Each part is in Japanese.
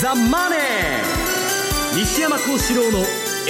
ザ・マネー。西山幸四郎の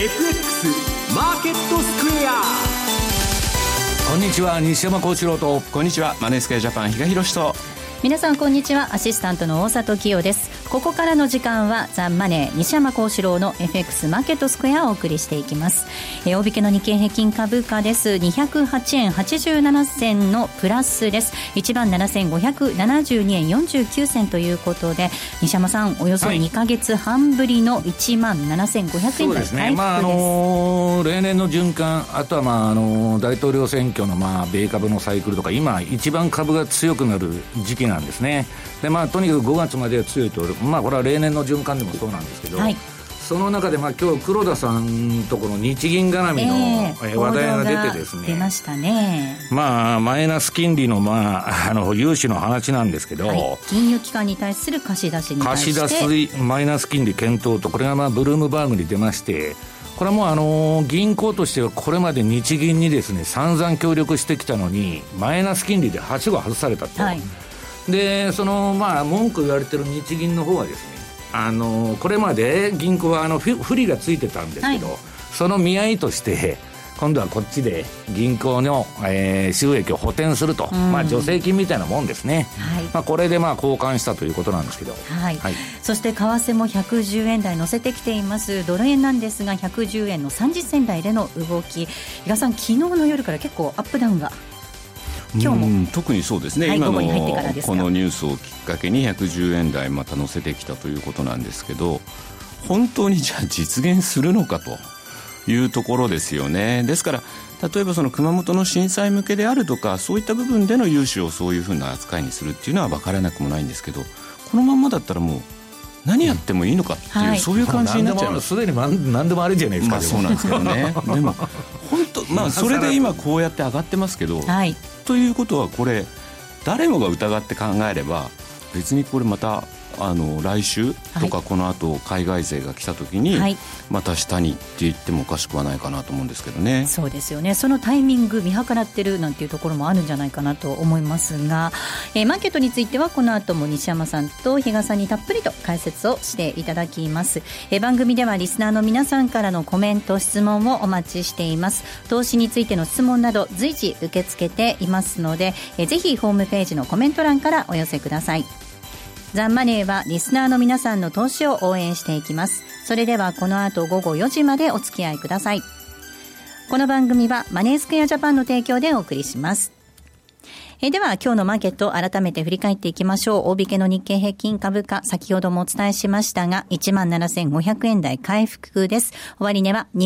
FX マーケットスクエア。 こんにちは、西山幸四郎と。 こんにちは、マネースクエアジャパン比嘉宏と。 皆さんこんにちは、アシスタントの大里清です。ここからの時間はザ・マネー西山幸四郎の FX マーケットスクエアをお送りしていきます。大引けの日経平均株価です。208円87銭のプラスです。17,572円49銭ということで、西山さんおよそ2ヶ月半ぶりの17,500円台回復です。そうですね、 例年の循環、あとは大統領選挙の米株のサイクルとか、今一番株が強くなる時期なんですね。でとにかく5月までは強いと、これは例年の循環でもそうなんですけど、はい、その中で今日黒田さんとこの日銀絡みの話題が出てですね、 出ましたね。 マイナス金利の融資の話なんですけど、はい、 金融機関に対する貸し出しに対して貸し出しマイナス金利検討と、これがブルームバーグに出まして、これはもう銀行としてはこれまで日銀にですね散々協力してきたのに、マイナス金利ではしご外されたと、はい、で文句言われてる日銀の方はですね、これまで銀行は不利がついてたんですけど、はい、その見合いとして今度はこっちで銀行の、収益を補填すると、助成金みたいなもんですね、はい、これで交換したということなんですけど、 はいはい、そして為替も110円台乗せてきています。ドル円なんですが110円の30銭台での動き、比嘉さん昨日の夜から結構アップダウンが今日も特にそうですね、はい、今のこのニュースをきっかけに110円台また乗せてきたということなんですけど、本当にじゃあ実現するのかというところですよね。ですから例えばその熊本の震災向けであるとか、そういった部分での融資をそういうふうな扱いにするっていうのは分からなくもないんですけど、このまんまだったらもう何やってもいいのかっていう、はい、そういう感じになっちゃいます。 すでに何でもあるじゃないですか。 そうなんですけどねでも本当、それで今こうやって上がってますけど、はい、ということはこれ誰もが疑って考えれば、別にこれまた来週とかこの後海外勢が来た時に、はい、また下にって言ってもおかしくはないかなと思うんですけどね。 そうですよね。そのタイミング見計らってるなんていうところもあるんじゃないかなと思いますが、マーケットについてはこの後も西山さんと比嘉さんにたっぷりと解説をしていただきます。番組ではリスナーの皆さんからのコメント質問をお待ちしています。投資についての質問など随時受け付けていますので、ぜひホームページのコメント欄からお寄せください。ザ・マネーはリスナーの皆さんの投資を応援していきます。それではこの後午後4時までお付き合いください。この番組はマネースクエアジャパンの提供でお送りします。では今日のマーケットを改めて振り返っていきましょう。大引けの日経平均株価、先ほどもお伝えしましたが 17,500 円台回復です。終値は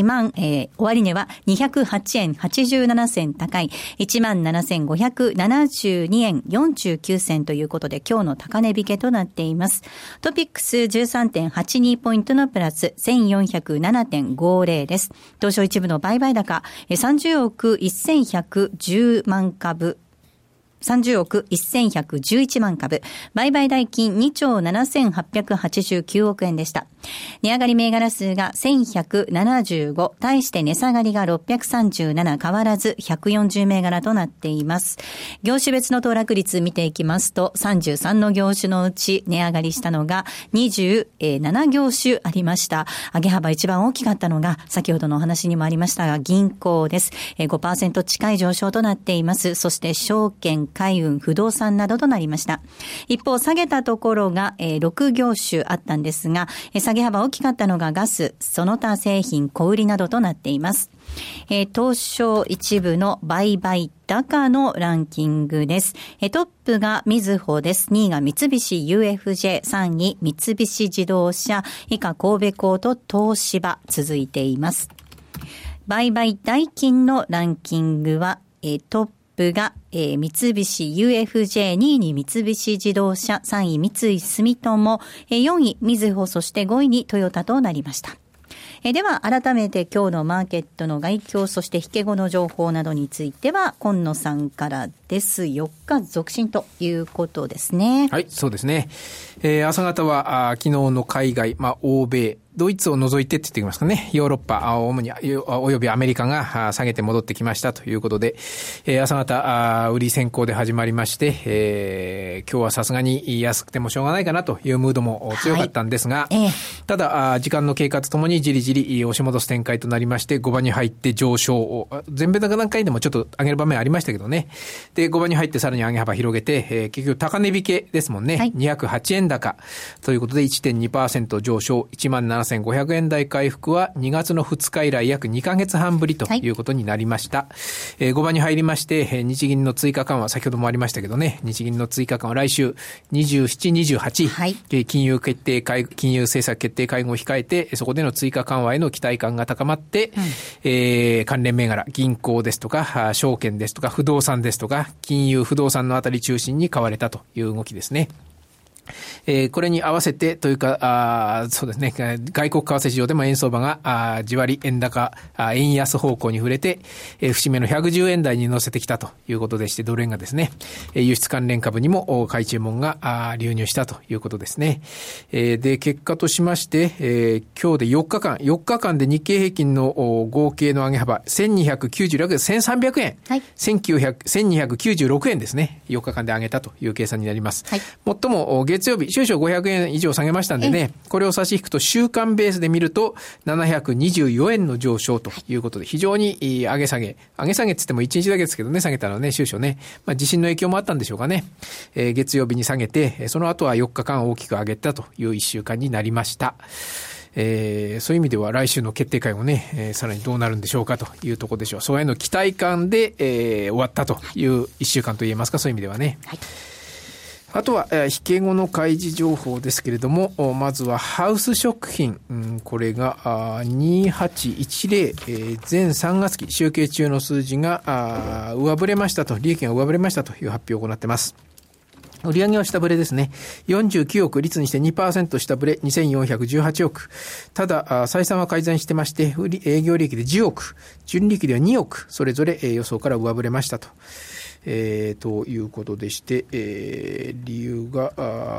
208円87銭高い 17,572 円49銭ということで、今日の高値引けとなっています。トピックス 13.82 ポイントのプラス 1407.50 です。東証一部の売買高30億1110万株、30億1111万株、売買代金2兆7889億円でした。値上がり銘柄数が1175、対して値下がりが637、変わらず140銘柄となっています。業種別の騰落率見ていきますと、33の業種のうち値上がりしたのが27業種ありました。上げ幅一番大きかったのが先ほどのお話にもありましたが銀行です。5% 近い上昇となっています。そして証券、海運、不動産などとなりました。一方下げたところが6業種あったんですが、下げ幅大きかったのがガス、その他製品、小売りなどとなっています。東証一部の売買高のランキングです。トップがみずほです。2位が三菱 UFJ、3位三菱自動車、以下神戸港と東芝続いています。売買代金のランキングはトップが三菱 UFJ、 2位に三菱自動車、3位三井住友、4位みずほ、そして5位にトヨタとなりました。では改めて今日のマーケットの概況、そして引け後の情報などについては今野さんからです。4日続伸ということですね。 はい、そうですね。朝方は昨日の海外、欧米ドイツを除いてって言ってきますかね、ヨーロッパ、主におよびアメリカが下げて戻ってきましたということで、朝方、売り先行で始まりまして、今日はさすがに安くてもしょうがないかなというムードも強かったんですが、ただ、時間の経過とともにじりじり押し戻す展開となりまして、5番に入って上昇を、全米の段階でもちょっと上げる場面ありましたけどね。で、5番に入ってさらに上げ幅広げて、結局高値引けですもんね。はい、208円高ということで 1.2% 上昇、17,500 円台回復は2月の2日以来約2ヶ月半ぶりということになりました。5番に入りまして、日銀の追加緩和、先ほどもありましたけどね、日銀の追加緩和来週27、28、はい、金融政策決定会合を控えて、そこでの追加緩和への期待感が高まって、関連銘柄、銀行ですとか、証券ですとか、不動産ですとか、金融不動産のあたり中心に買われたという動きですね。これに合わせてというか、そうですね、外国為替市場でも円相場がじわり円高、円安方向に触れて、節目の110円台に乗せてきたということでして、ドル円がですね、輸出関連株にも買い注文が流入したということですね。で、結果としまして、今日で4日間で日経平均の合計の上げ幅、1296円、1300円、はい、1296円ですね、4日間で上げたという計算になります。はい、最も月曜日、終始500円以上下げましたんでね、これを差し引くと週間ベースで見ると724円の上昇ということで、非常に上げ下げって言っても1日だけですけどね、下げたのはね、終始ね、地震の影響もあったんでしょうかね、月曜日に下げて、その後は4日間大きく上げたという1週間になりました。そういう意味では来週の決定会もね、さらにどうなるんでしょうかというところでしょう。それへの期待感で、終わったという1週間といえますか、そういう意味ではね。はい、あとは、引け後の開示情報ですけれども、まずはハウス食品、これが2810、前3月期集計中の数字が上振れましたと、利益が上振れましたという発表を行っています。売上は下振れですね。49億、率にして 2% 下振れ、2418億。ただ、採算は改善してまして、営業利益で10億、純利益では2億、それぞれ予想から上振れましたと。ということでして、理由が、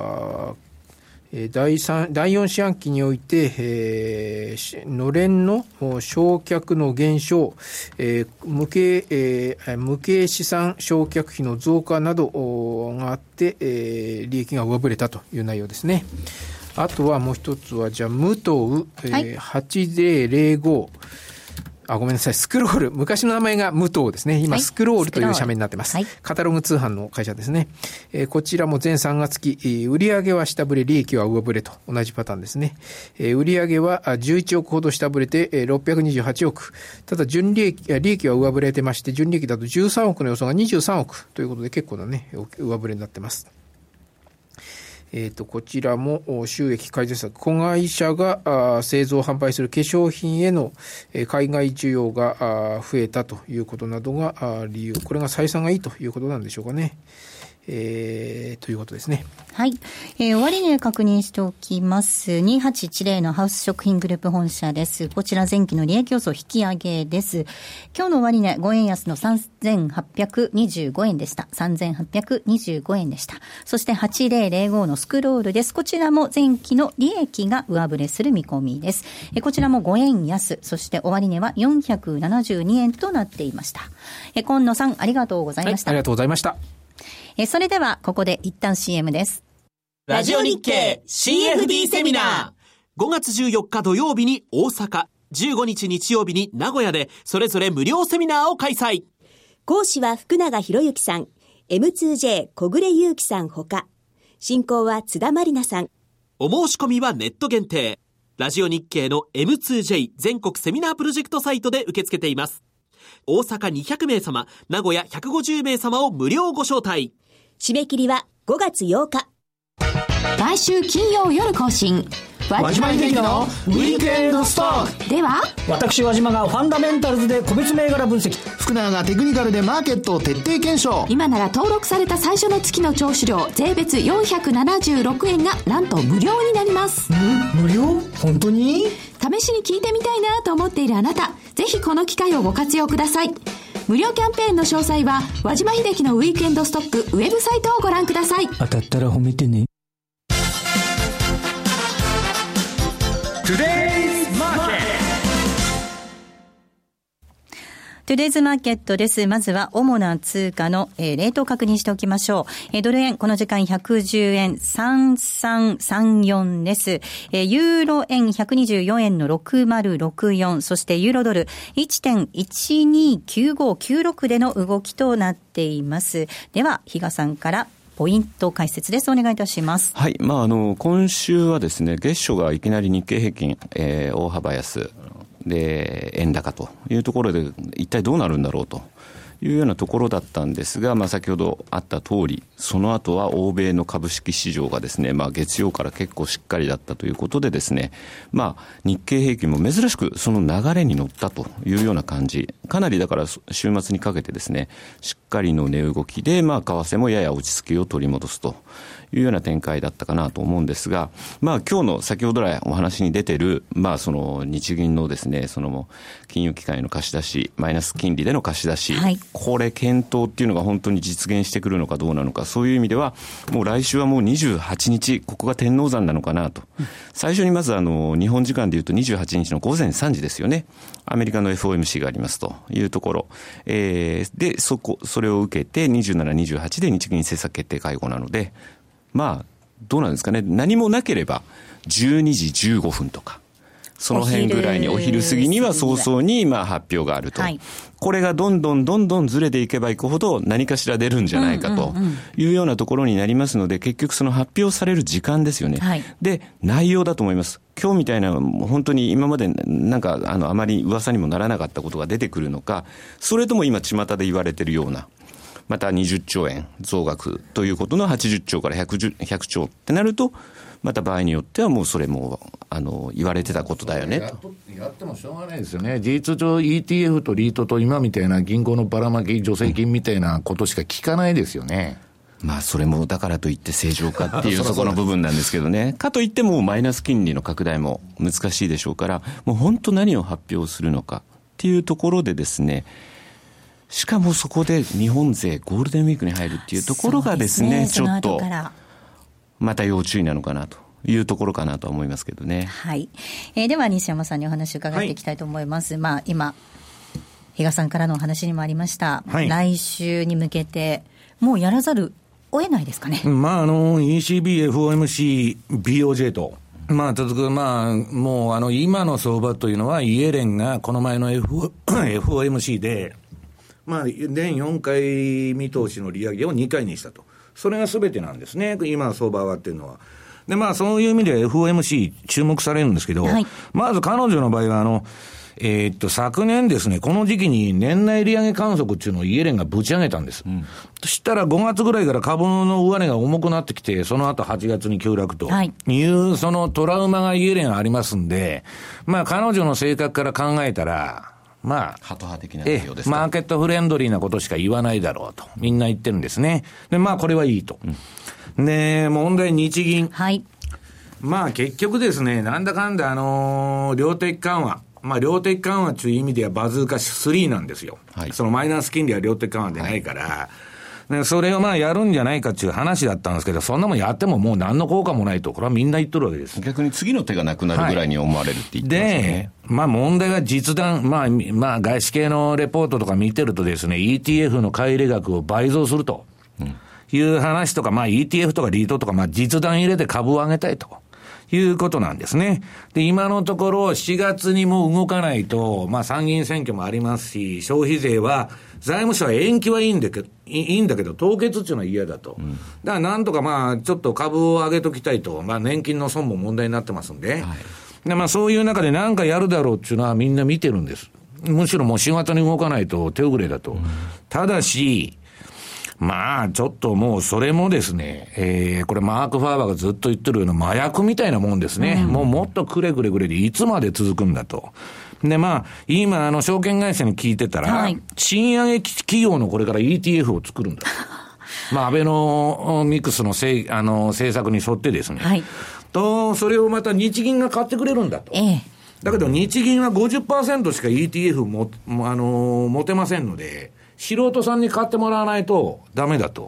第4四半期において、のれんの償却の減少、無形資産償却費の増加などがあって、利益が上振れたという内容ですね。あとはもう一つは、じゃあ、武藤、8005、ごめんなさい、スクロール。昔の名前が武藤ですね。今、スクロールという社名になっています。はい、カタログ通販の会社ですね。こちらも前3月期、売上は下振れ、利益は上振れと同じパターンですね。売上は11億ほど下振れて、628億。ただ、利益は上振れてまして、純利益だと13億の予想が23億ということで結構なね、上振れになっています。こちらも収益改善策、子会社が製造販売する化粧品への海外需要が増えたということなどが理由、これが採算がいいということなんでしょうかね。ということですね。 はい。終値確認しておきます。2810のハウス食品グループ本社です。こちら前期の利益予想引き上げです。今日の終値5円安の3825円でした。3825円でした。そして8005のスクロールです。こちらも前期の利益が上振れする見込みです。こちらも5円安、そして終値は472円となっていました。今野さん、ありがとうございました。 はい、ありがとうございました。 それではここで一旦 CM です。 ラジオ日経 CFD セミナー、5月14日土曜日に大阪、15日日曜日に名古屋でそれぞれ無料セミナーを開催。 講師は福永博之さん、 M2J 小暮祐樹さんほか、進行は津田まりなさん。 お申し込みはネット限定。ラジオ日経の M2J 全国セミナープロジェクトサイトで受け付けています。大阪200名様、名古屋150名様を無料ご招待。 締め切りは5月8日。 来週金曜夜更新、 和島秀樹のウィークエンドストックでは、 私和島がファンダメンタルズで個別銘柄分析、 福永がテクニカルでマーケットを徹底検証。 今なら登録された最初の月の聴取料税別476円がなんと無料になります。 無料？本当に？ 試しに聞いてみたいなと思っているあなた、ぜひこの機会をご活用ください。無料キャンペーンの詳細は和島秀樹のウィークエンドストックウェブサイトをご覧ください。 当たったら褒めてね。 トゥデイトゥデイズマーケットです。まずは主な通貨の、レートを確認しておきましょう。ドル円この時間110円3334です。ユーロ円124円の6064、そしてユーロドル 1.129596 での動きとなっています。では比嘉さんからポイント解説です。お願いいたします。 はい。今週はですね、月初がいきなり日経平均、大幅安で円高というところで一体どうなるんだろうというようなところだったんですが、先ほどあった通り、その後は欧米の株式市場がですね、月曜から結構しっかりだったということでですね、日経平均も珍しくその流れに乗ったというような感じ、かなりだから週末にかけてですね、しっかりの値動きで、為替もやや落ち着きを取り戻すというような展開だったかなと思うんですが、今日の先ほど来お話に出てる、その日銀のですね、その金融機関への貸し出し、マイナス金利での貸し出し、はい、これ検討っていうのが本当に実現してくるのかどうなのか、そういう意味ではもう来週はもう28日、ここが天王山なのかなと。最初にまず日本時間でいうと28日の午前3時ですよね。アメリカの FOMC がありますというところ、でそれを受けて27、28で日銀政策決定会合なので、どうなんですかね。何もなければ12時15分とか、その辺ぐらいにお昼過ぎには早々に発表があると、はい、これがどんどんずれていけばいくほど何かしら出るんじゃないかというようなところになりますので、結局その発表される時間ですよね、はい、で内容だと思います。今日みたいな本当に今まであまり噂にもならなかったことが出てくるのか、それとも今巷で言われているようなまた20兆円増額ということの80兆から100兆ってなると、また場合によってはもうそれも言われてたことだよねと。 やってもしょうがないですよね。事実上 ETF とリートと今みたいな銀行のばらまき助成金みたいなことしか聞かないですよね。 それもだからといって正常化っていうそこの部分なんですけどね。かといってもマイナス金利の拡大も難しいでしょうから、もう本当何を発表するのかっていうところでですね、しかもそこで日本勢ゴールデンウィークに入るっていうところがですね、ちょっとまた要注意なのかなというところかなと思いますけどね。 はい。では西山さんにお話を伺っていきたいと思います。はい、今比嘉さんからのお話にもありました、はい、来週に向けてもうやらざるを得ないですかね。 ECB、FOMC、BOJ と続く、もう今の相場というのはイエレンがこの前の、FOMC で年4回見通しの利上げを2回にしたと。それが全てなんですね、今の相場はっていうのは。でそういう意味では FOMC 注目されるんですけど、はい、まず彼女の場合は昨年ですね、この時期に年内利上げ観測っていうのをイエレンがぶち上げたんです。そしたら5月ぐらいから株の上値が重くなってきて、その後8月に急落という、そのトラウマがイエレンありますんで、彼女の性格から考えたら、 ハト派的な内容ですか。 マーケットフレンドリーなことしか言わないだろうとみんな言ってるんですね。でこれはいいと、で問題日銀、はい、結局ですね、なんだかんだ量的緩和、量的緩和という意味ではバズーカ3なんですよ、はい、そのマイナス金利は量的緩和でないから、はい、でそれをやるんじゃないかっていう話だったんですけど、そんなもんやってももう何の効果もないと、これはみんな言っとるわけです。 逆に次の手がなくなるぐらいに思われるって言ってますね。 で問題が実弾、外資系のレポートとか見てるとですね、 ETF の買い入れ額を倍増するという話とか、ETF とかリートとか、実弾入れて株を上げたいということなんですね。で今のところ4月にも動かないと、参議院選挙もありますし、消費税は財務省は延期はいいんだけど凍結っていうのは嫌だと、だからなんとかちょっと株を上げときたいと、年金の損も問題になってますんで、はい、でそういう中で何かやるだろうっていうのはみんな見てるんです。むしろもう4月に動かないと手遅れだと、ただしちょっともうそれもですね、これマーク・ファーバーがずっと言ってるような麻薬みたいなもんですね、もっとくれでいつまで続くんだと。で今証券会社に聞いてたら、はい、賃上げ企業のこれから ETF を作るんだアベノミクスの政策に沿ってですね、はい、それをまた日銀が買ってくれるんだと、だけど日銀は 50% しか ETF 持てませんので、素人さんに買ってもらわないとダメだと。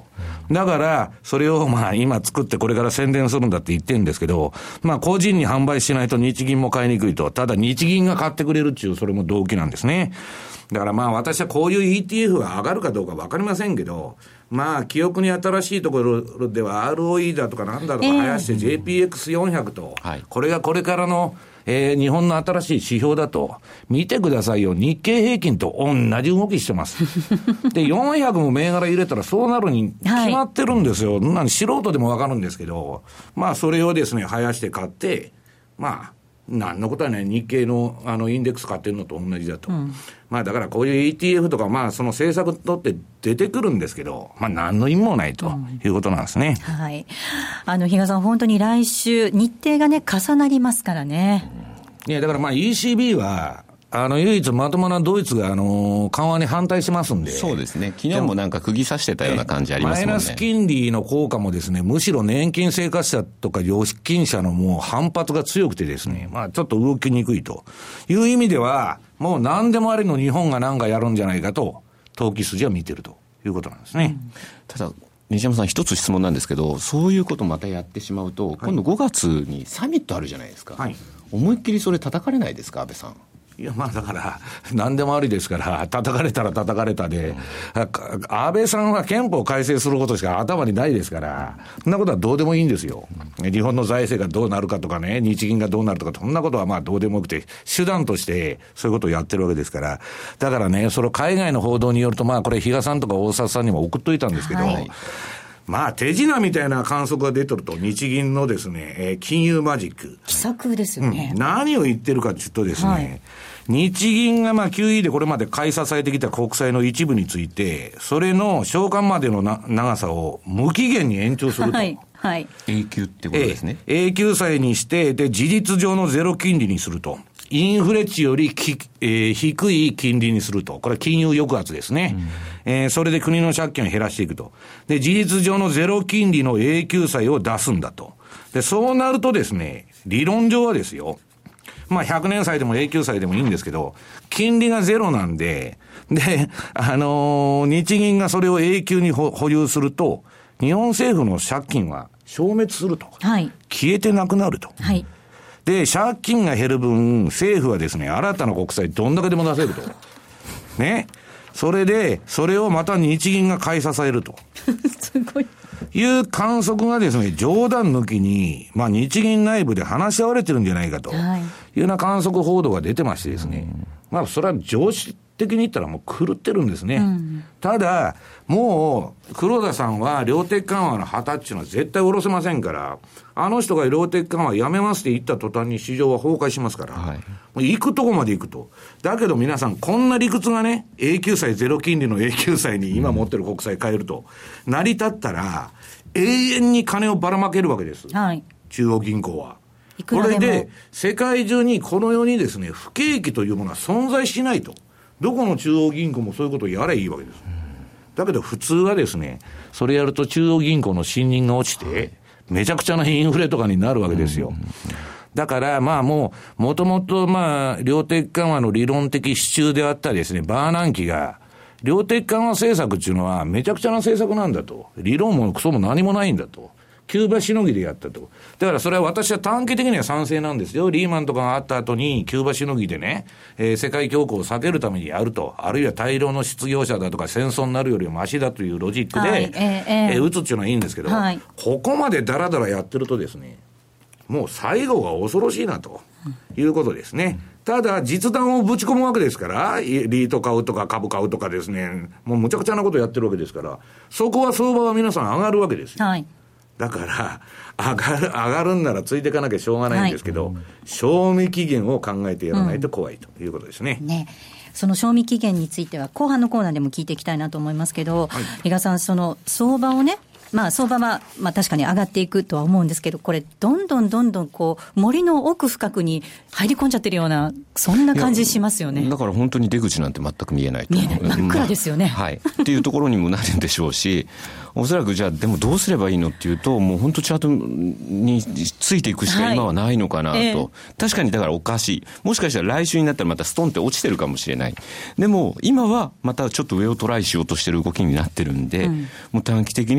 だから、それをまあ今作ってこれから宣伝するんだって言ってるんですけど、まあ個人に販売しないと日銀も買いにくいと。ただ日銀が買ってくれるっていう、それも動機なんですね。だからまあ私はこういう ETF が上がるかどうかわかりませんけど、まあ記憶に新しいところでは ROE だとかなんだとか生やして JPX400 と、これがこれからの日本の新しい指標だと。見てくださいよ。日経平均と同じ動きしてます。で、400も銘柄入れたらそうなるに決まってるんですよ。素人でもわかるんですけど、まあそれをですね、生やして買って、まあ、何のことはない日経のインデックス買ってるのと同じだと。まあだからこういう ETF とかまあその政策とって出てくるんですけど、まあ何の意味もないということなんですね。 はい。比嘉さん本当に来週日程がね重なりますからね。 いやだからまあ ECB は唯一まともなドイツが緩和に反対しますんで。 そうですね。昨日もなんか釘刺してたような感じありますもんね。 マイナス金利の効果もですね、むしろ年金生活者とか預金者のもう反発が強くてですね、まあちょっと動きにくいという意味では、もう何でもありの日本が何かやるんじゃないかと、投機筋は見てるということなんですね。 ただ、西山さん一つ質問なんですけど、そういうことまたやってしまうと、今度5月にサミットあるじゃないですか。思いっきりそれ叩かれないですか、安倍さん。 いや、まあだから、何でもありですから、叩かれたら叩かれたで、安倍さんは憲法改正することしか頭にないですから、そんなことはどうでもいいんですよ。日本の財政がどうなるかとかね、日銀がどうなるとか、そんなことはまあどうでもよくて、手段としてそういうことをやってるわけですから、だからね、その海外の報道によると、まあこれ、比嘉さんとか大里さんにも送っといたんですけど、まあ、手品みたいな観測が出てると、日銀のですね、金融マジック。 奇策ですよね。 何を言ってるかというとですね、日銀がまあ QE でこれまで買い支えてきた国債の一部について、それの償還までの長さを無期限に延長すると。 永久ってことですね。 永久債にして、で、事実上のゼロ金利にすると。インフレ値より低い金利にすると。これは金融抑圧ですね。それで国の借金を減らしていくと。で、事実上のゼロ金利の永久債を出すんだと。で、そうなるとですね、理論上はですよ。まあ、100年債でも永久債でもいいんですけど、金利がゼロなんで、で、日銀がそれを永久に保有すると、日本政府の借金は消滅すると。消えてなくなると。で、借金が減る分、政府はですね、新たな国債どんだけでも出せると。ね。それで、それをまた日銀が買い支えると。 すごい。 いう観測がですね、冗談抜きに、まあ日銀内部で話し合われてるんじゃないかと。いうような観測報道が出てましてですね。まあそれは常識的に言ったらもう狂ってるんですね。ただ、もう、黒田さんは量的緩和の旗っていうのは絶対下ろせませんから、あの人が量的緩和やめますって言った途端に市場は崩壊しますから、もう行くとこまで行くと。だけど皆さん、こんな理屈がね、永久債、ゼロ金利の永久債に今持ってる国債買えると、成り立ったら、永遠に金をばらまけるわけです。中央銀行は。これで、世界中にこの世にですね、不景気というものは存在しないと。どこの中央銀行もそういうことをやればいいわけです。だけど普通はですね、それやると中央銀行の信任が落ちて、めちゃくちゃなインフレとかになるわけですよ。だからまあもともとまあ量的緩和の理論的支柱であったですね、バーナンキが、量的緩和政策っていうのはめちゃくちゃな政策なんだと。理論もクソも何もないんだと。キューバしのぎでやったと。だからそれは私は短期的には賛成なんですよ。リーマンとかがあった後にキューバしのぎでね、世界恐慌を避けるためにやると。あるいは大量の失業者だとか戦争になるよりもマシだというロジックで、打つっていうのはいいんですけど、ここまでダラダラやってるとですね、もう最後が恐ろしいなということですね。ただ実弾をぶち込むわけですから、リート買うとか株買うとかですね、もうむちゃくちゃなことやってるわけですから、そこは相場は皆さん上がるわけですよ。だから上がるんならついていかなきゃしょうがないんですけど、賞味期限を考えてやらないと怖いということですね。 その賞味期限については後半のコーナーでも聞いていきたいなと思いますけど、比嘉さん、その相場をね、まあ相場はまあ確かに上がっていくとは思うんですけど、これどんどんこう森の奥深くに入り込んじゃってるような、そんな感じしますよね。 だから本当に出口なんて全く見えないと。 見えない、真っ暗ですよね。 っていうところにもなるんでしょうし、おそらくじゃあでもどうすればいいのっていうと、もう本当チャートについていくしか今はないのかなと。確かにだからおかしい。もしかしたら来週になったらまたストンって落ちてるかもしれない。でも今はまたちょっと上をトライしようとしてる動きになってるんで、もう短期的にはそのチャート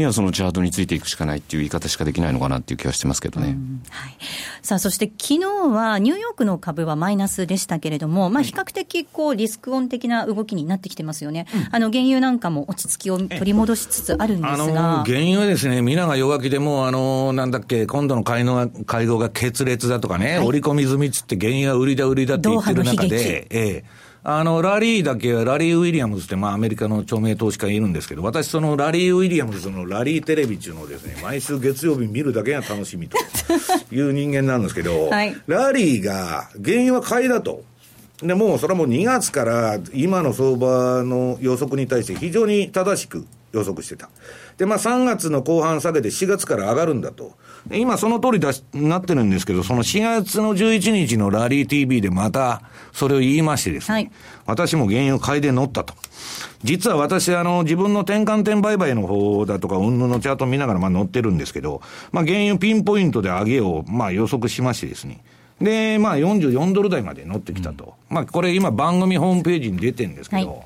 ャートについていくしかないっていう言い方しかできないのかなっていう気はしてますけどね。 はい、さあそして昨日はニューヨークの株はマイナスでしたけれども、比較的リスクオン的な動きになってきてますよね。原油なんかも落ち着きを取り戻しつつあるんですが、 原油はですね、皆が弱気でもなんだっけ、今度の会合が決裂だとかね、織り込み済みつって原油は売りだって言ってる中で、ラリーだけはラリー・ウィリアムズってアメリカの著名投資家いるんですけど、私そのラリー・ウィリアムズのラリーテレビっていうのをですね、毎週月曜日見るだけが楽しみという人間なんですけど、はい、ラリーが原油は買いだと。でもうそれはもう2月から今の相場の予測に対して非常に正しく予測してた。で3月の後半下げて4月から上がるんだと。今その通りなってるんですけど、その4月の11日のラリー TV でまたそれを言いましてですね、はい、私も原油買いで乗ったと。実は私自分の転換点売買の方だとか云々のチャート見ながら乗ってるんですけど、原油ピンポイントで上げを予測しましてですね、で44ドル台まで乗ってきたと。これ今番組ホームページに出てるんですけど、はい、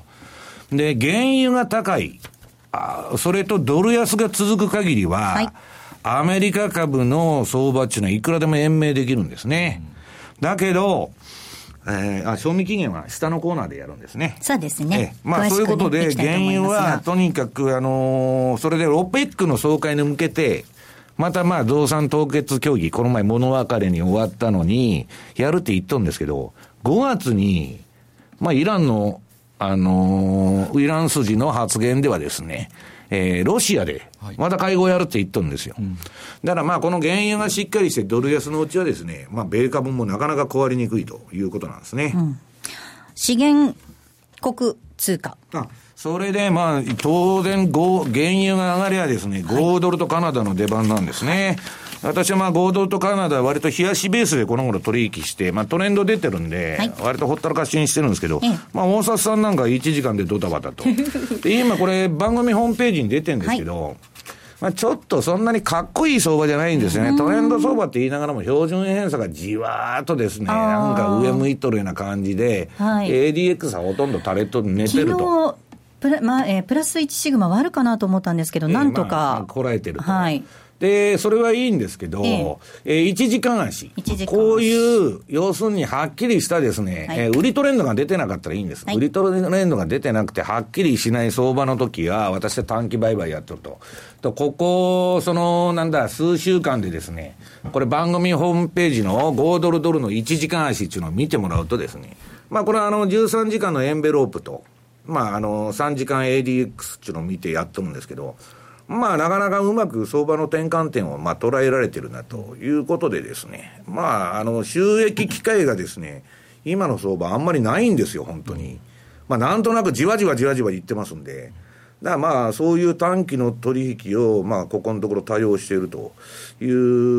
で原油が高い、それとドル安が続く限りは、はい、アメリカ株の相場っていうのはいくらでも延命できるんですね。だけど、賞味期限は下のコーナーでやるんですね。 そうですね。 そういうことで、原油はとにかく、それでOPECの総会に向けて、また増産凍結協議、この前物別れに終わったのに、やるって言っとるんですけど、5月に、イランの、イラン筋の発言ではですね、ロシアでまた会合やるって言っとるんですよ。だからこの原油がしっかりしてドル安のうちはですね、米株もなかなか壊れにくいということなんですね。 資源国通貨。 それで当然原油が上がりゃですね、5ドルとカナダの出番なんですね。私は5ドルとカナダは割と冷やしベースでこの頃取引して、トレンド出てるんで、割とほったらかしにしてるんですけど、大札さんなんか1時間でドタバタと。で、今これ番組ホームページに出てるんですけど、ちょっとそんなにかっこいい相場じゃないんですよね。トレンド相場って言いながらも標準偏差がじわーっとですね、なんか上向いとるような感じで、ADX はほとんどタレットで寝てると。 プラス1シグマはあるかなと思ったんですけど、なんとか。 こらえてると。で、それはいいんですけど、1時間足。こういう、要するにはっきりしたですね、売りトレンドが出てなかったらいいんです。売りトレンドが出てなくて、はっきりしない相場の時は、私は短期売買やってると。ここ、数週間でですね、これ番組ホームページの5ドルドルの1時間足っていうのを見てもらうとですね、これは13時間のエンベロープと、3時間 ADX っていうのを見てやっとるんですけど、なかなかうまく相場の転換点を捉えられてるなということでですね、収益機会がですね、今の相場あんまりないんですよ、本当に。なんとなくじわじわ言ってますんで、だからそういう短期の取引をここのところ多用しているという、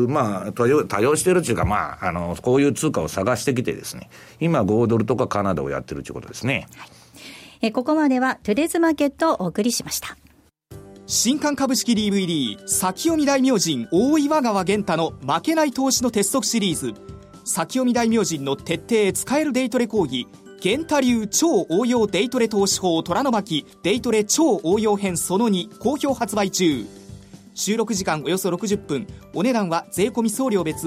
多用しているというか、こういう通貨を探してきてですね、今5ドルとかカナダをやってるということですね。 ここまではトゥデイズマーケットをお送りしました。 新刊株式 DVD 先読み大明神大岩川源太の負けない投資の鉄則シリーズ、先読み大明神の徹底使えるデイトレ講義、源太流超応用デイトレ投資法虎の巻デイトレ超応用編その2好評発売中。収録時間およそ60分、お値段は税込み送料別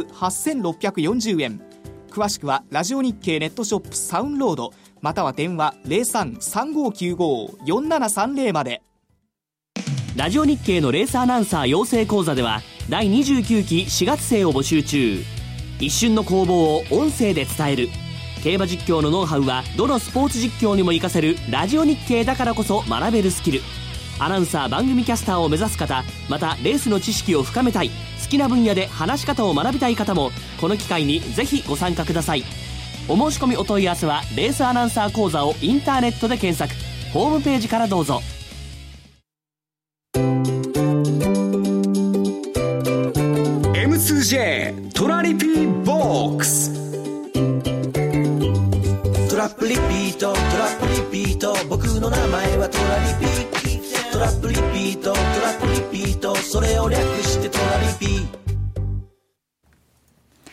8640円。詳しくはラジオ日経ネットショップサウンロードまたは電話 03-3595-4730 まで。 ラジオ日経のレースアナウンサー養成講座では第29期4月生を募集中。一瞬の攻防を音声で伝える競馬実況のノウハウはどのスポーツ実況にも活かせるラジオ日経だからこそ学べるスキル。アナウンサー番組キャスターを目指す方、またレースの知識を深めたい、好きな分野で話し方を学びたい方もこの機会にぜひご参加ください。お申し込みお問い合わせはレースアナウンサー講座をインターネットで検索、ホームページからどうぞ。 M2J トラリピーボックス。トラップリピートトラップリピート、僕の名前はトラリピ。トラップリピートトラップリピート、それを略してトラリピ。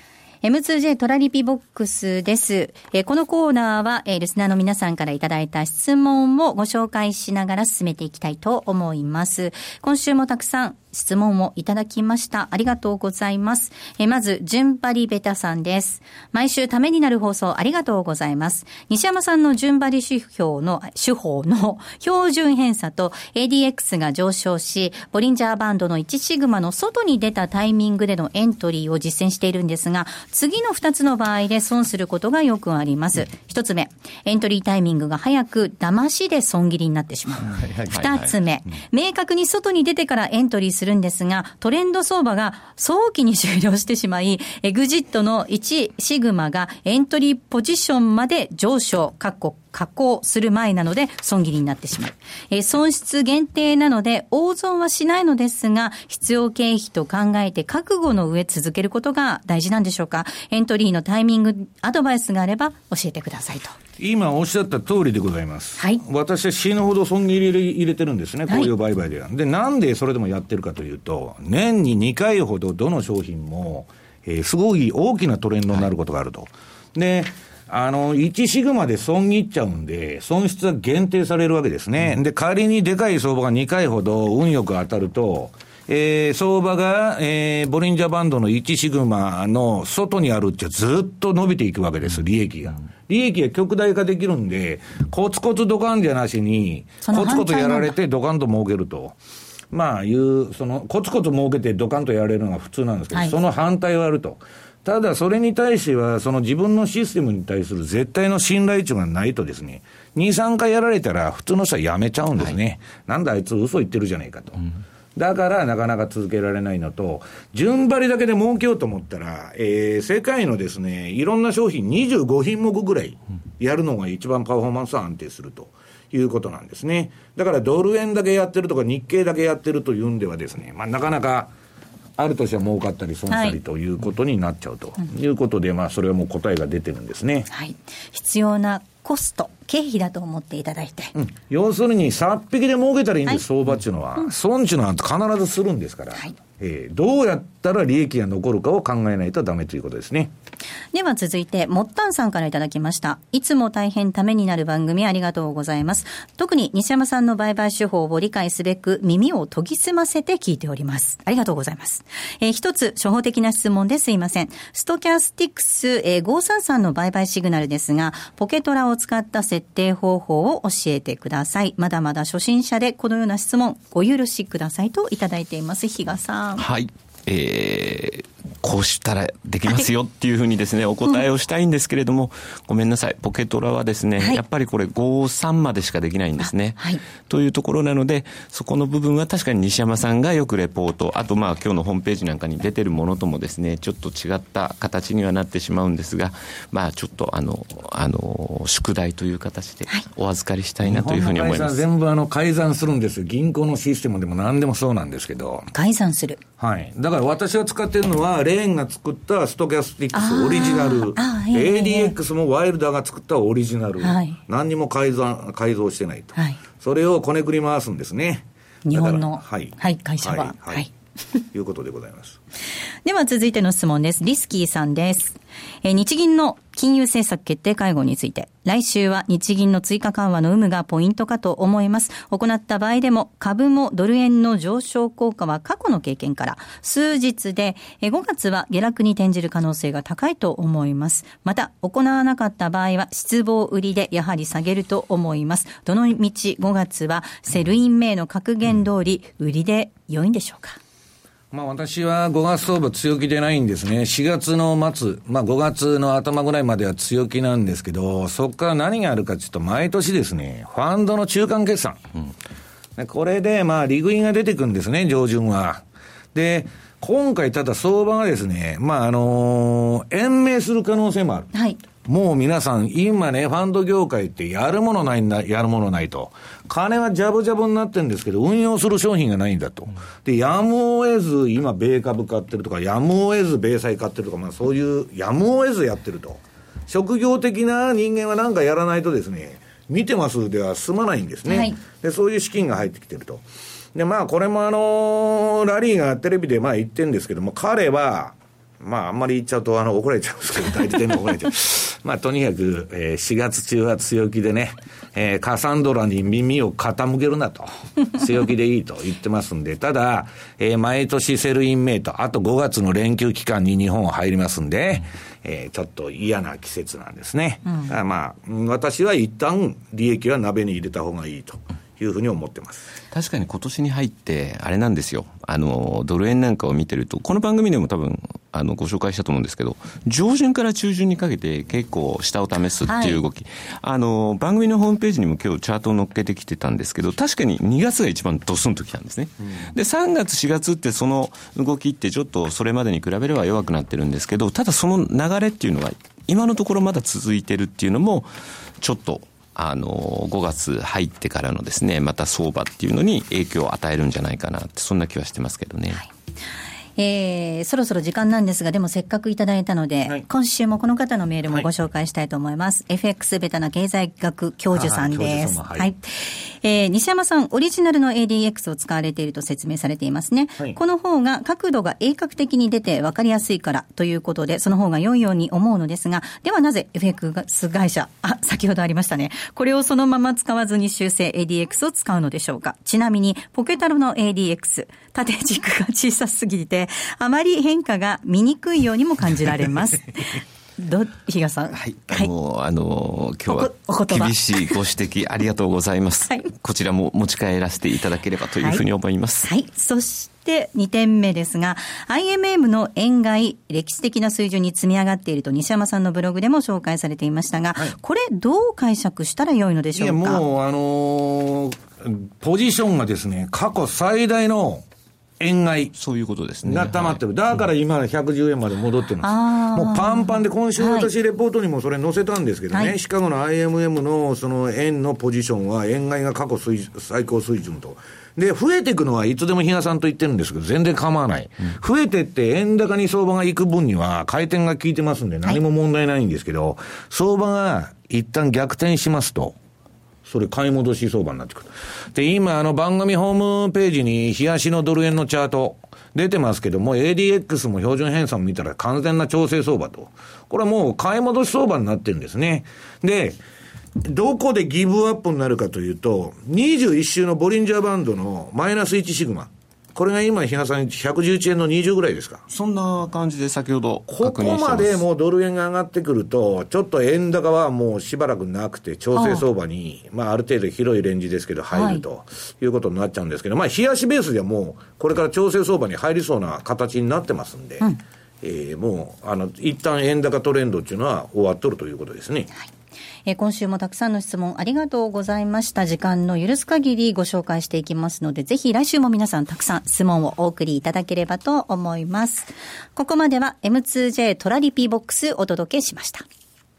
M2J トラリピボックスです。このコーナーは、リスナーの皆さんからいただいた質問をご紹介しながら進めていきたいと思います。今週もたくさん質問をいただきました。ありがとうございます。まず、順張りベタさんです。毎週ためになる放送ありがとうございます。西山さんの順張り手法の標準偏差と ADX が上昇し、ボリンジャーバンドの1シグマの外に出たタイミングでのエントリーを実践しているんですが、次の2つの場合で損することがよくあります。1つ目、エントリータイミングが早く騙しで損切りになってしまう。2つ目、明確に外に出てからエントリーするんですが、トレンド相場が早期に終了してしまい、エグジットの1シグマがエントリーポジションまで上昇、下降する前なので損切りになってしまう。損失限定なので大損はしないのですが、必要経費と考えて覚悟の上続けることが大事なんでしょうか。エントリーのタイミングアドバイスがあれば教えてくださいと。 今おっしゃった通りでございます。 はい。 私は死ぬほど損切り入れてるんですね、こういう売買では。で、なんでそれでもやってるかというと、年に2回ほどどの商品も、すごい大きなトレンドになることがあると。で、1シグマで損切っちゃうんで、損失は限定されるわけですね。で、仮にでかい相場が2回ほど運よく当たると、相場が、ボリンジャーバンドの1シグマの外にあるっちゃずっと伸びていくわけです、利益が。利益が極大化できるんで、コツコツドカンじゃなしに、コツコツやられてドカンと儲けると。まあコツコツ儲けてドカンとやられるのが普通なんですけど、はい、その反対をやると。ただそれに対しては、その自分のシステムに対する絶対の信頼値がないとですね、2、3回やられたら普通の人はやめちゃうんですね。はい、なんだあいつ嘘言ってるじゃないかと。だからなかなか続けられないのと、順張りだけで儲けようと思ったら、世界のですね、いろんな商品25品目ぐらいやるのが一番パフォーマンスは安定するということなんですね。だからドル円だけやってるとか日経だけやってるというんではですね、まあなかなかある年は儲かったり損したりということになっちゃうということで、まあそれはもう答えが出てるんですね。 はい。必要なコスト、経費だと思っていただいて。 要するに、さっぴきで儲けたらいいんです、相場っていうのは。損っていうのは必ずするんですから。はい。どうやったら利益が残るかを考えないとダメということですね。 では続いて、もったんさんからいただきました。いつも大変ためになる番組ありがとうございます。特に西山さんの売買手法を理解すべく耳を研ぎ澄ませて聞いております。ありがとうございます。一つ、初歩的な質問ですいません。ストキャスティックス、533の売買シグナルですが、ポケトラを使った設定方法を教えてください。まだまだ初心者でこのような質問ご許しくださいといただいています。比嘉さん。 はい。こうしたらできますよっていうふうにですね、お答えをしたいんですけれども、ごめんなさい。ポケトラはですね、やっぱりこれ53までしかできないんですね。というところなので、そこの部分は確かに西山さんがよくレポート、あとまあ今日のホームページなんかに出てるものともですね、ちょっと違った形にはなってしまうんですが、まあちょっと宿題という形でお預かりしたいなというふうに思います。 全部改ざんするんですよ。銀行のシステムでも何でもそうなんですけど。 改ざんする。 はい。だから私が使ってるのは、レーンが作ったストキャスティックスオリジナル、ADX もワイルダーが作ったオリジナル、何にも改造してないと。それをこねくり回すんですね。 日本の、会社は。 いうことでございます。 では続いての質問です。リスキーさんです。日銀の金融政策決定会合について、来週は日銀の追加緩和の有無がポイントかと思います。行った場合でも株もドル円の上昇効果は過去の経験から数日で5月は下落に転じる可能性が高いと思います。また行わなかった場合は失望売りでやはり下げると思います。どのみち5月はセルインメイの格言通り売りで良いんでしょうか。 まあ私は5月相場強気でないんですね。4月の末、まあ5月の頭ぐらいまでは強気なんですけど、そこから何があるかちょっと毎年ですね、ファンドの中間決算。これでまあ利食いが出てくるんですね、上旬は。で、今回ただ相場がですね、まあ延命する可能性もある。はい。もう皆さん、今ね、ファンド業界ってやるものないんだ、やるものないと。金はジャブジャブになってるんですけど、運用する商品がないんだと。で、やむを得ず、今、米株買ってるとか、やむを得ず、米債買ってるとか、まあそういう、やむを得ずやってると。職業的な人間は何かやらないとですね、見てますでは済まないんですね。はい、で、そういう資金が入ってきてると。で、まあ、これもラリーがテレビでまあ言ってるんですけども、彼は、 まああんまり言っちゃうと怒られちゃうんですけど、代理店に怒られちゃう。まあとにかく、4月中は強気でね、カサンドラに耳を傾けるなと、強気でいいと言ってますんで、ただ、毎年セルインメイト、あと5月の連休期間に日本は入りますんで、ちょっと嫌な季節なんですね。まあ私は一旦利益は鍋に入れた方がいいというふうに思ってます。 確かに今年に入ってあれなんですよ、ドル円なんかを見てると、この番組でも多分ご紹介したと思うんですけど、上旬から中旬にかけて結構下を試すっていう動き、番組のホームページにも今日チャートを載っけてきてたんですけど、確かに2月が一番ドスンときたんですね、で3月4月ってその動きってちょっとそれまでに比べれば弱くなってるんですけど、ただその流れっていうのは今のところまだ続いてるっていうのもちょっと5月入ってからのですね、また相場っていうのに影響を与えるんじゃないかなって、そんな気はしてますけどね。 そろそろ時間なんですが、でもせっかくいただいたので、今週もこの方のメールもご紹介したいと思います。FX ベタな経済学教授さんです。西山さん、オリジナルの ADX を使われていると説明されていますね。この方が角度が鋭角的に出て分かりやすいからということで、その方が良いように思うのですが、ではなぜ FX 会社、先ほどありましたね。これをそのまま使わずに修正 ADX を使うのでしょうか。ちなみに、ポケタロの ADX、縦軸が小さすぎて、あまり変化が見にくいようにも感じられます。比嘉さん。 はい。今日は厳しいご指摘ありがとうございます。こちらも持ち帰らせていただければというふうに思います。 そして2点目ですが、IMM の円買い、歴史的な水準に積み上がっていると西山さんのブログでも紹介されていましたが、これどう解釈したら良いのでしょうか。 もうポジションがですね、過去最大の円買い。 そういうことですね。 が溜まってる。だから今110円まで戻ってます。もうパンパンで、今週私レポートにもそれ載せたんですけどね、シカゴの IMM のその円のポジションは円買いが過去最高水準と。で、増えていくのはいつでも比嘉さんと言ってるんですけど、全然構わない。増えてって円高に相場が行く分には回転が効いてますんで何も問題ないんですけど、相場が一旦逆転しますと、それ買い戻し相場になってくる。で、今番組ホームページに日足のドル円のチャート出てますけども、ADX も標準偏差も見たら完全な調整相場と。これはもう買い戻し相場になってるんですね。で、どこでギブアップになるかというと、21週のボリンジャーバンドのマイナス1シグマ。これが今、比嘉さん111円の20ぐらいですか。 そんな感じで先ほど確認してます。 ここまでもうドル円が上がってくると、ちょっと円高はもうしばらくなくて、調整相場に、ある程度広いレンジですけど、入るということになっちゃうんですけど、日足ベースではもう、これから調整相場に入りそうな形になってますんで、もう、一旦円高トレンドっていうのは終わっとるということですね。 今週もたくさんの質問ありがとうございました。時間の許す限りご紹介していきますので、ぜひ来週も皆さんたくさん質問をお送りいただければと思います。ここまでは M2J トラリピボックスお届けしました。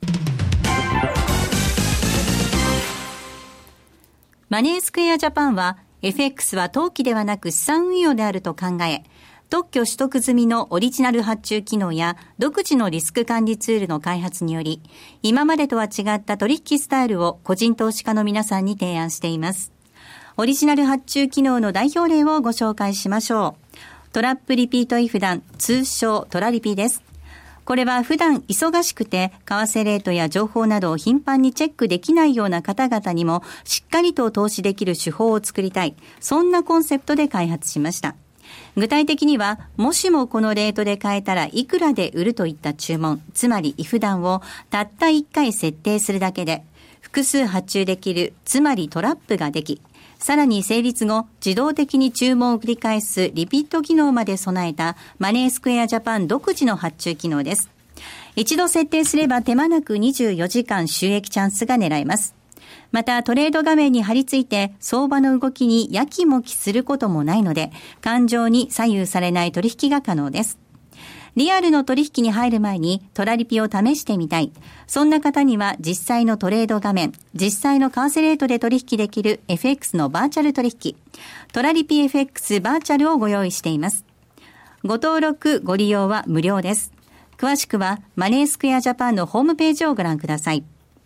マネースクエアジャパンは FX は投機ではなく資産運用であると考え、特許取得済みのオリジナル発注機能や独自のリスク管理ツールの開発により、今までとは違った取引スタイルを個人投資家の皆さんに提案しています。オリジナル発注機能の代表例をご紹介しましょう。トラップリピートイフダン、通称トラリピです。これは普段忙しくて為替レートや情報などを頻繁にチェックできないような方々にもしっかりと投資できる手法を作りたい、そんなコンセプトで開発しました。具体的には、もしもこのレートで買えたらいくらで売るといった注文、つまりイフダンをたった1回設定するだけで、複数発注できる、つまりトラップができ、さらに成立後、自動的に注文を繰り返すリピート機能まで備えたマネースクエアジャパン独自の発注機能です。一度設定すれば手間なく24時間収益チャンスが狙えます。またトレード画面に貼り付いて相場の動きにやきもきすることもないので、感情に左右されない取引が可能です。リアルの取引に入る前にトラリピを試してみたい。そんな方には実際のトレード画面、実際の為替レートで取引できる FX のバーチャル取引、トラリピ FX バーチャルをご用意しています。ご登録、ご利用は無料です。詳しくはマネースクエアジャパンのホームページをご覧ください。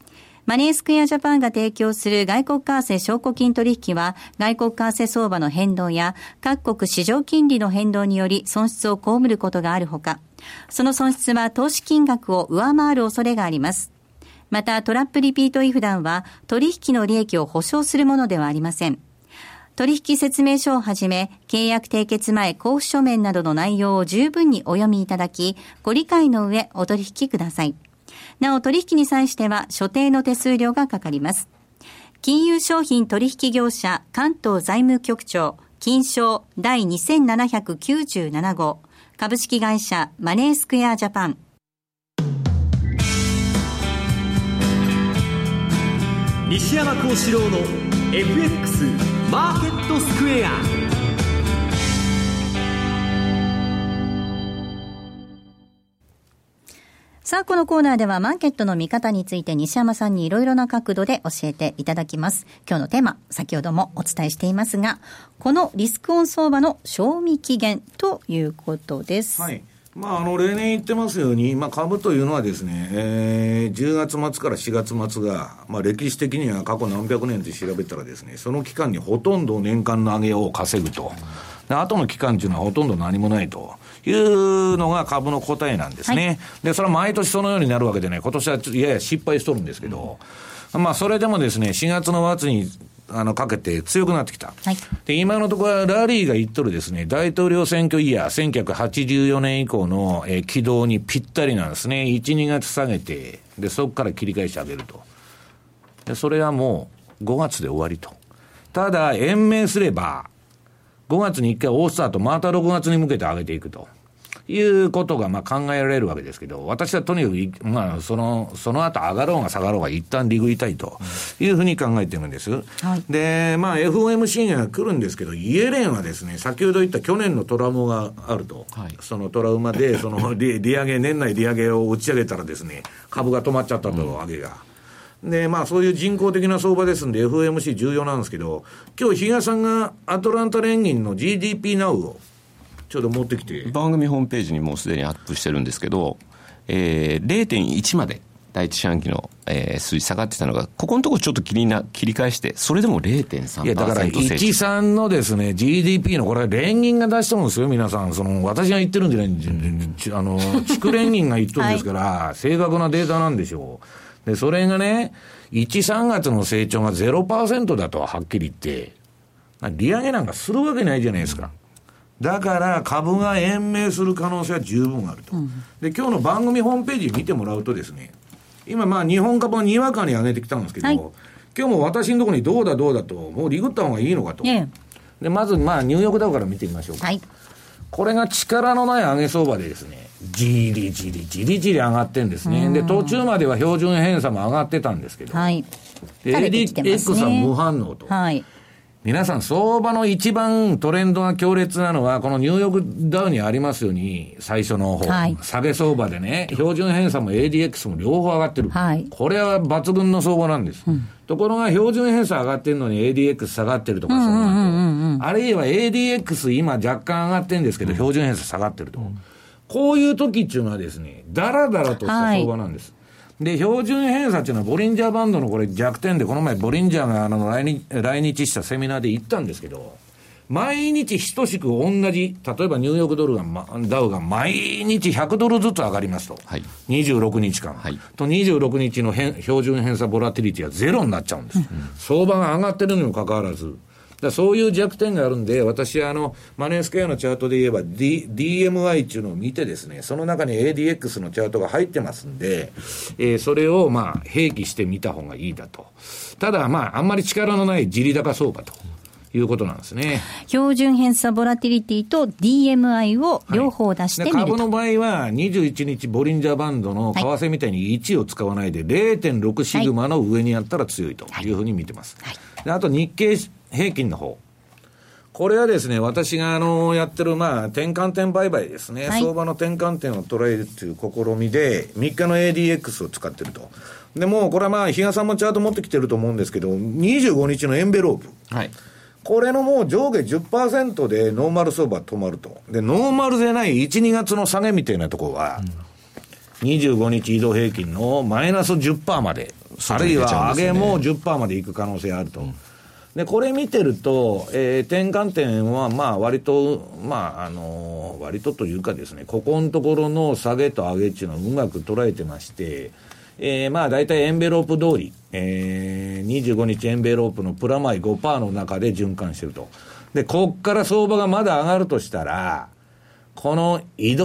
マネースクエアジャパンが提供する外国為替証拠金取引は、外国為替相場の変動や各国市場金利の変動により損失を被ることがあるほか、その損失は投資金額を上回る恐れがあります。また、トラップリピート違反は取引の利益を保証するものではありません。取引説明書をはじめ、契約締結前交付書面などの内容を十分にお読みいただき、ご理解の上お取引ください。なお、取引に際しては所定の手数料がかかります。金融商品取引業者関東財務局長金商第2797号株式会社マネースクエアジャパン。 西山幸四郎の FX マーケットスクエア。 さあ、このコーナーではマーケットの見方について西山さんにいろいろな角度で教えていただきます。今日のテーマ、先ほどもお伝えしていますが、このリスクオン相場の賞味期限ということです。 はい。例年言ってますように、株というのはですね、10月末から4月末が、歴史的には過去何百年って調べたらですね、その期間にほとんど年間の上げを稼ぐと。で、後の期間というのはほとんど何もないというのが株の答えなんですね。はい、で、それは毎年そのようになるわけでね、今年はちょっとやや失敗しとるんですけど、それでもですね、4月の末にかけて強くなってきた。はい、で、今のところはラリーが言っとるですね、大統領選挙イヤー、1984年以降の、軌道にぴったりなんですね。1、2月下げて、で、そこから切り返し上げると。で、それはもう5月で終わりと。ただ、延命すれば、5月に1回大スタート、また6月に向けて上げていくということが考えられるわけですけど、私はとにかく、その後上がろうが下がろうが一旦利食いたいというふうに考えてるんです。はい、で、FOMC が来るんですけど、イエレンはですね、先ほど言った去年のトラウマがあると。はい、そのトラウマで、利上げ、年内利上げを打ち上げたらですね、株が止まっちゃったと、上げが。で、そういう人工的な相場ですんで FOMC 重要なんですけど、今日比嘉さんがアトランタ連銀の GDP Now をちょうど持ってきて、 番組ホームページにもうすでにアップしてるんですけど、0.1 まで第一四半期の、数字下がってたのが、ここのところちょっと切り返して、それでも 0.3%。 いや、だから13のですね GDP のこれは連銀が出したもんですよ。皆さん、私が言ってるんじゃない地区連銀が言っとるんですから、はい、正確なデータなんでしょう。で、それがね、1、3月の成長が 0% だとはっきり言って、利上げなんかするわけないじゃないですか。だから株が延命する可能性は十分あると。で、今日の番組ホームページ見てもらうとですね、今日本株はにわかに上げてきたんですけど、はい、今日も私のところにどうだと、もうリグった方がいいのかと。で、まずニューヨークダウから見てみましょうか。はい、これが力のない上げ相場でですね、じりじり上がってんですね。で、途中までは標準偏差も上がってたんですけど、はい、ADX は無反応と。はい、皆さん、相場の一番トレンドが強烈なのは、このニューヨークダウにありますように、最初の方、はい、下げ相場でね、標準偏差も ADX も両方上がってる。はい、これは抜群の相場なんです。ところが、標準偏差上がってるのに ADX 下がってるとか、あるいは ADX 今若干上がってるんですけど、標準偏差下がってると。こういう時っていうのはですね、だらだらとした相場なんです。はい、で、標準偏差っていうのはボリンジャーバンドのこれ弱点で、この前ボリンジャーが来日したセミナーで言ったんですけど、毎日等しく同じ、例えばニューヨークダウが毎日$100ずつ上がりますと。はい、26日間。はい、と26日の標準偏差ボラティリティはゼロになっちゃうんです。相場が上がってるにもかかわらず。そういう弱点があるんで、私マネースクエアのチャートで言えば、DMI っていうのを見てですね、その中に ADX のチャートが入ってますんで、それを併記してみた方がいいだと。ただあんまり力のない地利高相場ということなんですね。 標準偏差ボラティリティと DMI を両方出してみると、 はい、株の場合は21日ボリンジャーバンドの為替みたいに1を使わないで 0.6 シグマの上にあったら強いというふうに見てます。はいはい、で、あと日経平均の方。これはですね、私がやってる転換点売買ですね、はい、相場の転換点を捉えるという試みで3日の ADX を使ってると。でもこれは比嘉さんもチャート持ってきてると思うんですけど、25日のエンベロープ、はい、これのもう上下 10% でノーマル相場止まると。で、ノーマルでない 1,2 月の下げみたいなところは、25日移動平均のマイナス 10% まであるいは上げも 10% までいく可能性あると。で、これ見てると、転換点は、割と、割とというかですね、ここのところの下げと上げっていうのをうまく捉えてまして、だいたいエンベロープ通り、25日エンベロープのプラマイ 5% の中で循環してると。で、こっから相場がまだ上がるとしたら、この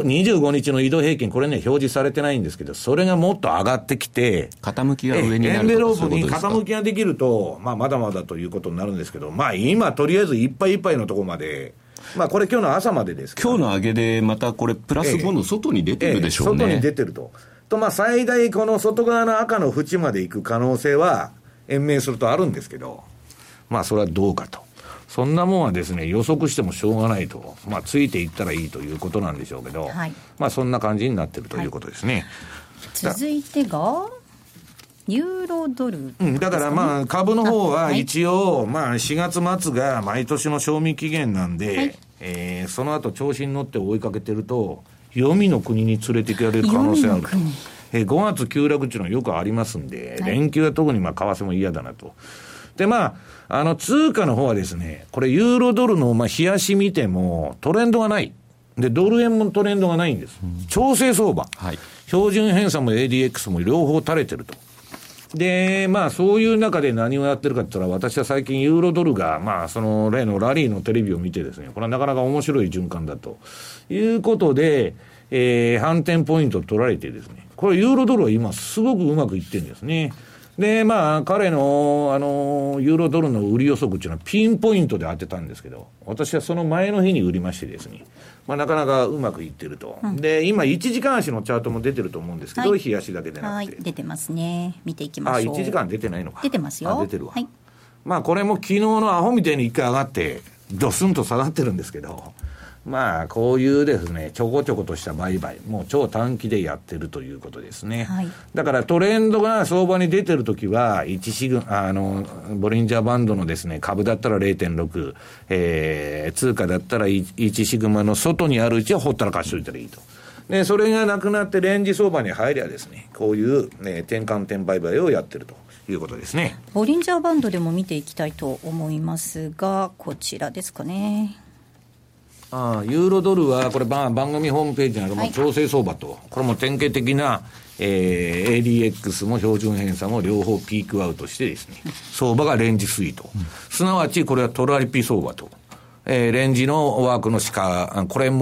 25日の移動平均、これね、表示されてないんですけど、それがもっと上がってきて、 傾きが上になると。 エンベロープに傾きができると、まだまだということになるんですけど、今、とりあえずいっぱいいっぱいのところまで、これ今日の朝までですけど、 今日の上げでまたこれ、プラス5の外に出てるでしょうね。 外に出てると。最大この外側の赤の縁まで行く可能性は、延命するとあるんですけど、それはどうかと。そんなもんはですね、予測してもしょうがないと。ついていったらいいということなんでしょうけど、はい、そんな感じになってるということですね。 続いてが、ユーロドル、 だから株の方は一応、4月末が毎年の賞味期限なんで、その後調子に乗って追いかけてると、黄泉の国に連れて行かれる可能性あると。5月急落っていうのはよくありますんで、連休は特に為替も嫌だなと。で、通貨の方はですね、これユーロドルの冷やし見てもトレンドがない。で、ドル円もトレンドがないんです。調整相場。はい、標準偏差も ADX も両方垂れてると。で、そういう中で何をやってるかって言ったら、私は最近ユーロドルが、その例のラリーのテレビを見てですね、これはなかなか面白い循環だということで、反転ポイント取られてですね、これユーロドルは今すごくうまくいってるんですね。で、彼の、ユーロドルの売り予測っていうのはピンポイントで当てたんですけど、私はその前の日に売りましてですね、なかなかうまくいってると。で、今1時間足のチャートも出てると思うんですけど、日足だけでなくて。 出てますね。見ていきましょう。 1時間出てないのか。 出てますよ。 出てるわ。はい、これも昨日のアホみたいに1回上がって、ドスンと下がってるんですけど、こういうですね、ちょこちょことした売買、もう超短期でやってるということですね。はい、だからトレンドが相場に出てるときは、ボリンジャーバンドのですね、株だったら 0.6、通貨だったら1シグマの外にあるうちはほったらかしといたらいいと。で、それがなくなってレンジ相場に入りゃですね、こういう、転換点売買をやってるということですね。 ボリンジャーバンドでも見ていきたいと思いますが、こちらですかね。 ユーロドルはこれ番組ホームページにあるもう調整相場と、これも典型的な、ADX も標準偏差も両方ピークアウトしてですね、相場がレンジ推移と、すなわちこれはトラリピ相場と、レンジのワークのこれ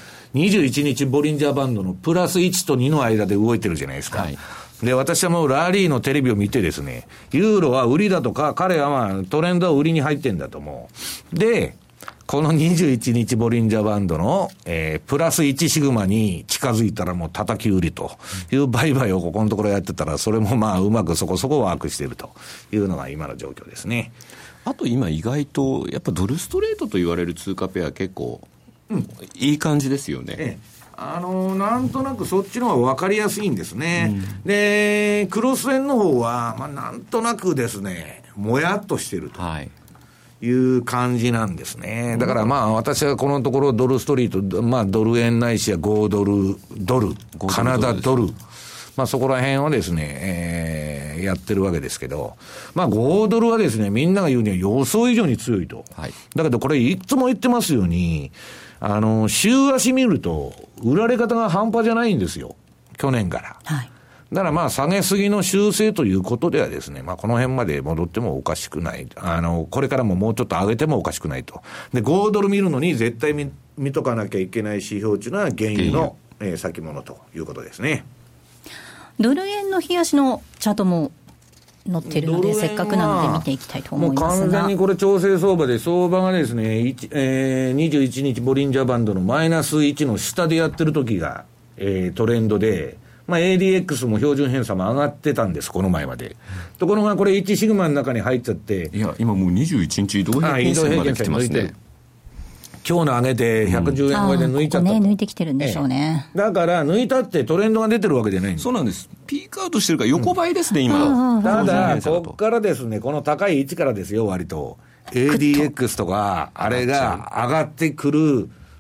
21日ボリンジャーバンドのプラス1と2の間で動いてるじゃないですか。はい、で、私はもうラリーのテレビを見てですね、ユーロは売りだとか、彼はトレンドは売りに入ってんだと思う。で、この21日ボリンジャーバンドの、プラス1シグマに近づいたらもう叩き売りという売買をここのところやってたら、それもうまくそこそこワークしているというのが今の状況ですね。 あと今意外とやっぱドルストレートと言われる通貨ペア結構、いい感じですよね。 なんとなくそっちの方が分かりやすいんですね。で、クロス円の方は、なんとなくですね、もやっとしてると。いう感じなんですね。だから私はこのところドルストリート、ドル円ないしは5ドル、カナダドル、そこら辺をですね、やってるわけですけど、5ドルはですね、みんなが言うには予想以上に強いと。だけどこれいつも言ってますように、週足見ると、売られ方が半端じゃないんですよ。去年から。だから下げすぎの修正ということではですね、この辺まで戻ってもおかしくない。これからももうちょっと上げてもおかしくないと。で、5ドル見るのに絶対見とかなきゃいけない指標というのは原油の、先物ということですね。 ドル円の冷やしのチャートも載ってるので、せっかくなので見ていきたいと思いますが、 もう完全にこれ調整相場で、相場がですね、21日ボリンジャーバンドのマイナス1の下でやってる時が、トレンドで、ADX も標準偏差も上がってたんです、この前まで。ところがこれ1シグマの中に入っちゃって、 いや今もう21日移動平均線まで来てますね。 今日の上げで110円超えで抜いちゃった、 抜いてきてるんでしょうね。 だから抜いたってトレンドが出てるわけじゃないんです。 そうなんです。ピークアウトしてるから横ばいですね、今。 ただこっからですね、この高い位置からですよ、割と ADX とかあれが上がってくる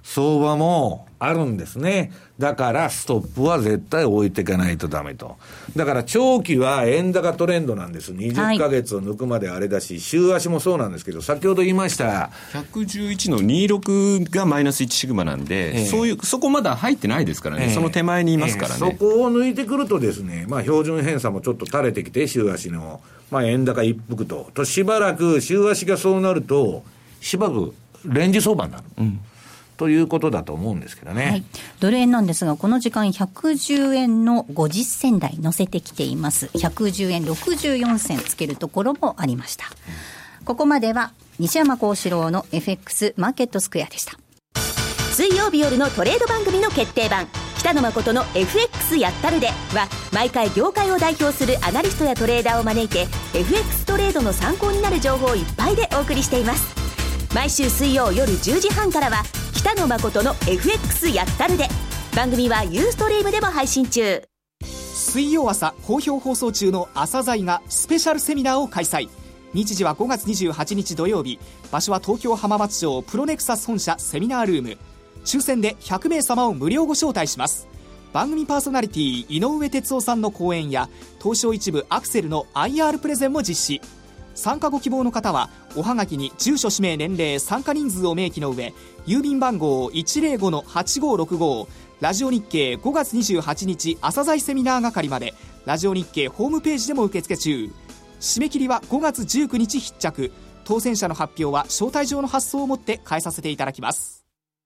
相場もあるんですね。だからストップは絶対置いていかないとダメと。だから長期は円高トレンドなんです。20ヶ月を抜くまであれだし、週足もそうなんですけど、先ほど言いました 111の26がマイナス1シグマなんで、そこまだ入ってないですからね、その手前にいますからね、 そこを抜いてくるとですね、標準偏差もちょっと垂れてきて、週足の、円高一服としばらく週足がそうなるとしばらくレンジ相場になる、ということだと思うんですけどね、はい、 ドル円なんですがこの時間110円の50銭台乗せてきています。110円64銭つけるところもありました、ここまでは西山幸四郎の FX マーケットスクエアでした。 水曜日夜のトレード番組の決定版北野誠の FX やったるでは毎回業界を代表するアナリストやトレーダーを招いて FX トレードの参考になる情報をいっぱいでお送りしています。毎週水曜夜10時半からは北野誠の FX やったるで、番組はユーストリームでも配信中。 水曜朝好評放送中の朝鮮がスペシャルセミナーを開催。日時は5月28日土曜日、場所は東京浜松町プロネクサス本社セミナールーム。抽選で100名様を無料ご招待します。番組パーソナリティ井上哲夫さんの講演や東証一部アクセルの IR プレゼンも実施。参加ご希望の方はおはがきに住所氏名年齢参加人数を明記の上、郵便番号 105-8565 ラジオ日経5月28日朝鮮セミナー係まで。ラジオ日経ホームページでも受付中。締め切りは5月19日必着。当選者の発表は招待状の発送をもって返させていただきます。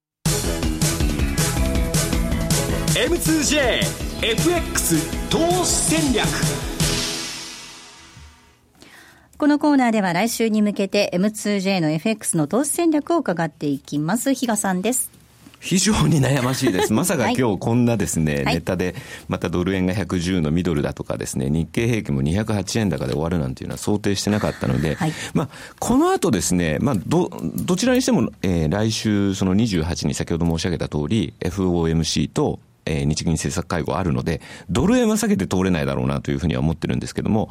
M2J FX 投資戦略。 このコーナーでは来週に向けて M2J の FX の投資戦略を伺っていきます。比嘉さんです。 非常に悩ましいです。まさか今日こんなですね、ネタでまたドル円が110のミドルだとかですね、日経平均も208円高で終わるなんていうのは想定してなかったので、この後ですね、どちらにしても、来週その28に先ほど申し上げた通り FOMC と日銀政策会合あるので、ドル円は避けて通れないだろうなというふうには思ってるんですけども、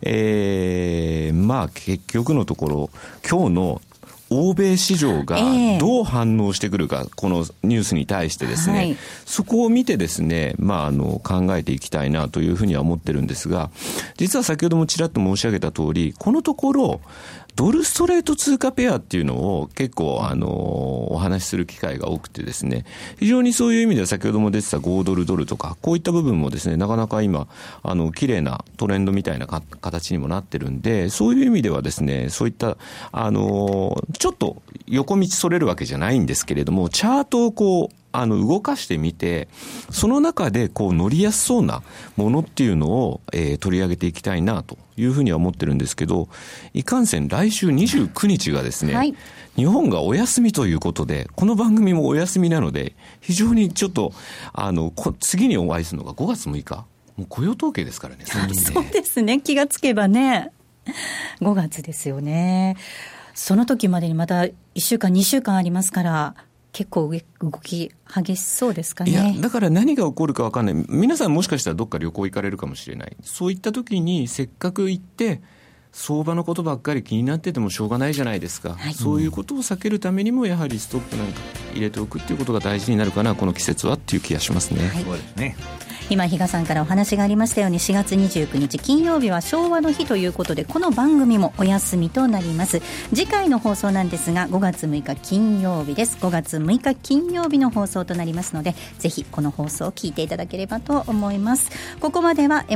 結局のところ今日の欧米市場がどう反応してくるか、このニュースに対してですね、そこを見てですね、考えていきたいなというふうには思ってるんですが、実は先ほどもちらっと申し上げた通り、このところドルストレート通貨ペアっていうのを結構お話しする機会が多くてですね、非常にそういう意味では先ほども出てた5ドルドルとかこういった部分もですね、なかなか今綺麗なトレンドみたいな形にもなってるんで、そういう意味ではですね、そういったちょっと横道それるわけじゃないんですけれども、チャートを動かしてみて、その中で乗りやすそうなものっていうのを、取り上げていきたいなというふうには思ってるんですけど、いかんせん来週29日がですね、日本がお休みということで、この番組もお休みなので、非常にちょっと次にお会いするのが5月6日、もう雇用統計ですからね。 そうですね、気がつけばね5月ですよね。その時までにまた1週間2週間ありますから、結構動き激しそうですかね。 いや、だから何が起こるか分かんない。皆さんもしかしたらどっか旅行行かれるかもしれない。そういった時にせっかく行って相場のことばっかり気になっててもしょうがないじゃないですか、そういうことを避けるためにもやはりストップなんか入れておくっていうことが大事になるかな、この季節はっていう気がしますね。 そうですね。 今比嘉さんからお話がありましたように、4月29日金曜日は昭和の日ということで、この番組もお休みとなります。次回の放送なんですが5月6日金曜日です。5月6日金曜日の放送となりますので、ぜひこの放送を聞いていただければと思います。ここまでは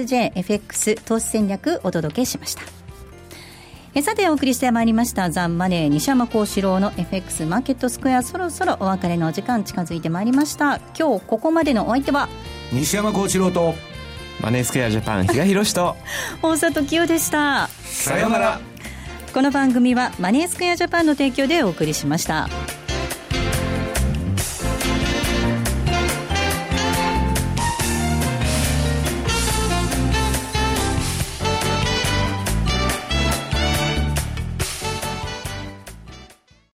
M2JFX 投資戦略お届けしました。さてお送りしてまいりましたザ・マネー西山幸四郎の FX マーケットスクエア、そろそろお別れのお時間近づいてまいりました。今日ここまでのお相手は西山幸四郎とマネースクエアジャパン比嘉宏と大里清でした。 さようなら。 この番組はマネースクエアジャパンの提供でお送りしました。